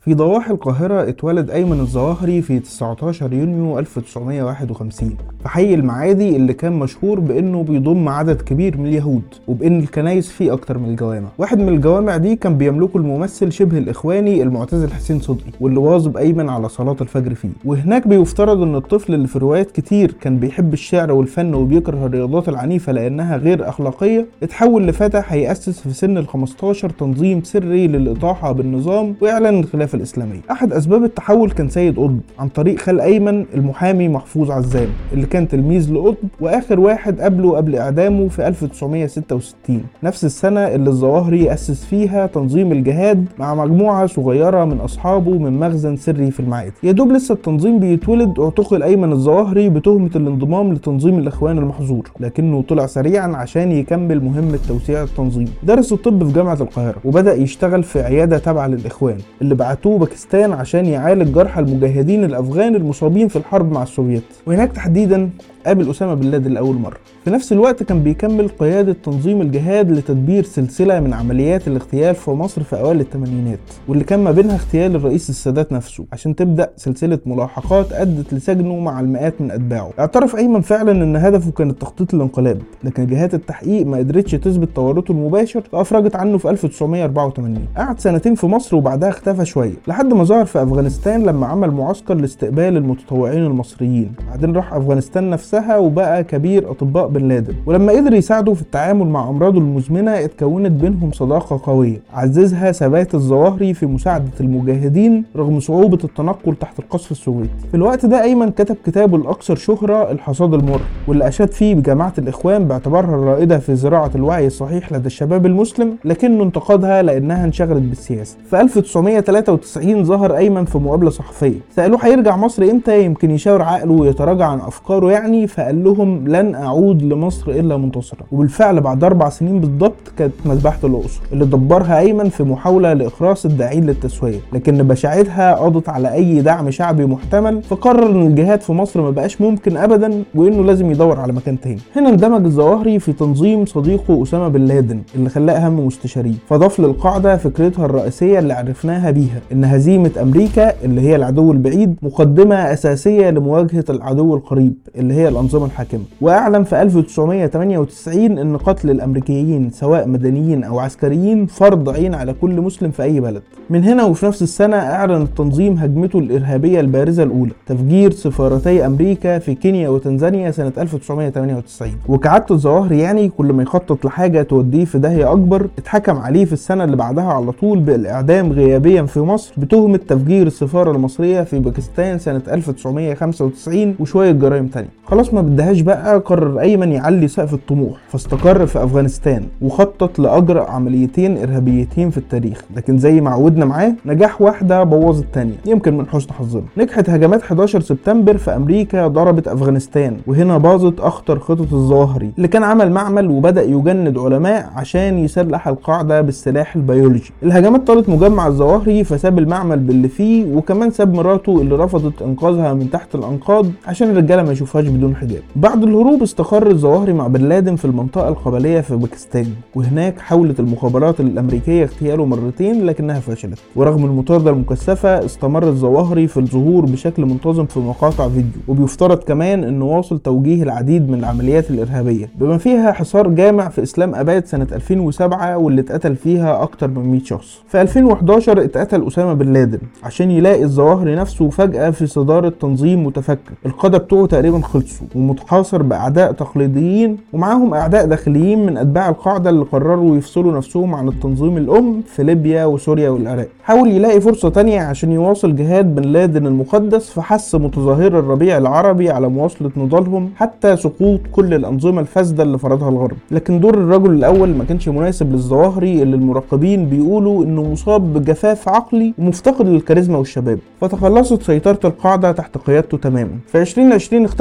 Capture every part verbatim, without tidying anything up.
في ضواحي القاهرة اتولد أيمن الظواهري في تسعتاشر يونيو ألف وتسعمائة وواحد وخمسين في حي المعادي اللي كان مشهور بأنه بيضم عدد كبير من اليهود وبأن الكنايس فيه أكتر من الجوامع. واحد من الجوامع دي كان بيملكه الممثل شبه الإخواني المعتزل حسين صدقي، واللي واظب أيمن على صلاة الفجر فيه. وهناك بيفترض أن الطفل اللي في روايات كتير كان بيحب الشعر والفن وبيكره الرياضات العنيفة لأنها غير أخلاقية، اتحول لفتى هيأسس في سن ال خمستاشر تنظيم سري للإطاحة بالنظام وإعلان الخلافة الإسلامية. أحد أسباب التحول كان سيد قطب عن طريق خال أيمن المحامي محفوظ عزام اللي كان تلميذ لقطب وآخر واحد قبله قبل إعدامه في ألف وتسعمائة وستة وستين، نفس السنة اللي الظواهري أسس فيها تنظيم الجهاد مع مجموعة صغيرة من أصحابه من مخزن سري في المعادي. يا دوب لسه التنظيم بيتولد اعتقل أيمن الظواهري بتهمة الانضمام لتنظيم الإخوان المحظور، لكنه طلع سريعا عشان يكمل مهمة توسيع التنظيم. درس الطب في جامعة القاهرة وبدأ يشتغل في عيادة تابعة للإخوان اللي بعتوه باكستان عشان يعالج جرحى المجاهدين الأفغان المصابين في الحرب مع السوفييت، وهناك تحديدا قابل أسامة بن لادن لأول مرة. في نفس الوقت كان بيكمل قيادة تنظيم الجهاد لتدبير سلسلة من عمليات الاغتيال في مصر في أوائل الثمانينات، واللي كان ما بينها اغتيال الرئيس السادات نفسه عشان تبدأ سلسلة ملاحقات أدت لسجنه مع المئات من أتباعه. اعترف أيمن فعلا أن هدفه كان التخطيط للانقلاب، لكن جهات التحقيق ما قدرتش تثبت تورطه المباشر فأفرجت عنه في ألف وتسعمائة وأربعة وثمانين. قعد سنتين في مصر وبعدها اختفى شوية لحد ما ظهر في أفغانستان لما عمل معسكر لاستقبال المتطوعين المصريين، بعدين راح أفغانستان نفسها وبقى كبير أطباء بن لادن. ولما قدر يساعده في التعامل مع أمراضه المزمنة اتكونت بينهم صداقة قوية عززها ثبات الظواهري في مساعدة المجاهدين رغم صعوبة التنقل تحت القصف السوفيتي. في الوقت ده أيمن كتب كتابه الأكثر شهرة الحصاد المر، واللي أشاد فيه بجماعة الإخوان باعتبارها الرائدة في زراعة الوعي الصحيح لدى الشباب المسلم، لكنه انتقدها لأنها انشغلت بالسياسة. في ألف وتسعمائة وثلاثة وتسعين ظهر أيمن في مقابلة صحفية، سألوه هيرجع مصر إمتى يمكن يشاور عقله ويتراجع عن أفكاره يعني، فقال لهم لن أعود لمصر إلا منتصرا. وبالفعل بعد أربع سنين بالضبط كانت مذبحة الأقصر اللي دبرها أيمن في محاولة لإخراس الداعين للتسوية، لكن بشاعتها قضت على أي دعم شعبي محتمل، فقرر إن الجهاد في مصر ما بقاش ممكن أبدا وإنه لازم يدور على مكان تاني. هنا اندمج الظواهري في تنظيم صديقه أسامة بن لادن اللي خلاه أهم مستشاريه، فضاف للقاعدة فكرتها الرئيسية اللي عرفناها بيها إن هزيمة أمريكا اللي هي العدو البعيد مقدمة أساسية لمواجهة العدو القريب اللي هي الأنظمة الحاكمة. وأعلن في ألف وتسعمائة وثمانية وتسعين إن قتل الأمريكيين سواء مدنيين أو عسكريين فرض عين على كل مسلم في أي بلد. من هنا وفي نفس السنة أعلن التنظيم هجمته الإرهابية البارزة الأولى، تفجير سفارتي أمريكا في كينيا وتنزانيا سنة ألف وتسعمائة وثمانية وتسعين. وكعادة الظواهري يعني كل ما يخطط لحاجة توديه في داهية أكبر، اتحكم عليه في السنة اللي بعدها على طول بالإعدام غيابيا في مصر بتهمة تفجير السفارة المصرية في باكستان سنة ألف وتسعمائة وخمسة وتسعين وشوية جرائم تانية. خلاص ما بدهاش بقى، قرر أيمن يعلي سقف الطموح فاستقر في أفغانستان وخطط لأجرأ عمليتين إرهابيتين في التاريخ، لكن زي ما عودنا معاه نجاح واحدة بوظ التانية يمكن من حسن حظنا. نجحت هجمات حداشر سبتمبر في أمريكا ضربت أفغانستان، وهنا باظت أخطر خطط الظواهري اللي كان عمل معمل وبدأ يجند علماء عشان يسلح القاعدة بالسلاح البيولوجي. الهجمات طالت مجمع الظواهري فساب المعمل باللي فيه، وكمان ساب مراته اللي رفضت إنقاذها من تحت الأنقاض عشان الرجالة ما يشوفهاش بدون حجاب. بعد الهروب استقر الظواهري مع بن لادن في المنطقة القبلية في باكستان، وهناك حاولت المخابرات الأمريكية اغتياله مرتين لكنها فشلت. ورغم المطاردة المكثفة استمر الظواهري في الظهور بشكل منتظم في مقاطع فيديو، وبيفترض كمان انه واصل توجيه العديد من العمليات الإرهابية بما فيها حصار جامع في إسلام أباد سنة ألفين وسبعة واللي اتقتل فيها أكتر من مئة شخص. في ألفين وأحد عشر اتقتل أسامة بن لادن عشان يلاقي الظواهري نفسه فجأة في صدارة تنظيم متفكك، القادة بتوعه تقريبا خلصوا ومتحاصر بأعداء تقليديين ومعاهم أعداء داخليين من أتباع القاعدة اللي قرروا يفصلوا نفسهم عن التنظيم الأم في ليبيا وسوريا والعراق. حاول يلاقي فرصة تانية عشان يواصل جهاد بن لادن المقدس، فحث متظاهري الربيع العربي على مواصلة نضالهم حتى سقوط كل الأنظمة الفاسدة اللي فرضها الغرب. لكن دور الرجل الأول ما كانش مناسب للظواهري اللي المراقبين بيقولوا إنه مصاب بجفاف عقلي ومفتقد للكاريزما والشباب، فتخلصت سيطرة القاعدة تحت قيادته تماما. في ألفين وعشرين اختفى الظواهري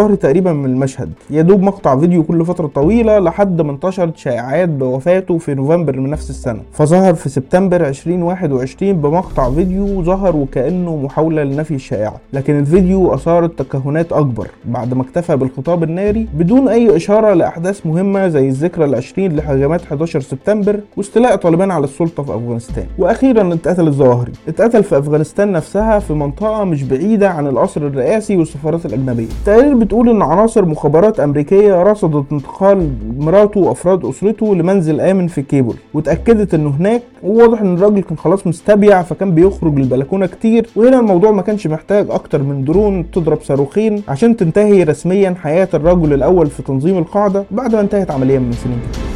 ظهر تقريبا من المشهد، يا دوب مقطع فيديو كل فتره طويله لحد ما انتشرت شائعات بوفاته في نوفمبر من نفس السنه، فظهر في سبتمبر ألفين وواحد وعشرين بمقطع فيديو ظهر وكانه محاوله لنفي الشائعه، لكن الفيديو اثارت تكهنات اكبر بعد ما اكتفى بالخطاب الناري بدون اي اشاره لاحداث مهمه زي الذكرى العشرين لهجمات حداشر سبتمبر واستيلاء طالبان على السلطه في افغانستان. واخيرا اتقتل الظواهري، اتقتل في افغانستان نفسها في منطقه مش بعيده عن القصر الرئاسي والسفارات الاجنبيه. التقارير بتقول ان عناصر مخابرات امريكيه رصدت انتقال مراته وافراد اسرته لمنزل امن في كيبل، واتاكدت انه هناك، وواضح ان الراجل كان خلاص مستبيع فكان بيخرج للبلكونه كتير. وهنا الموضوع ما كانش محتاج اكتر من درون تضرب صاروخين عشان تنتهي رسميا حياه الرجل الاول في تنظيم القاعده بعد ما انتهت عمليا من سنين كتير.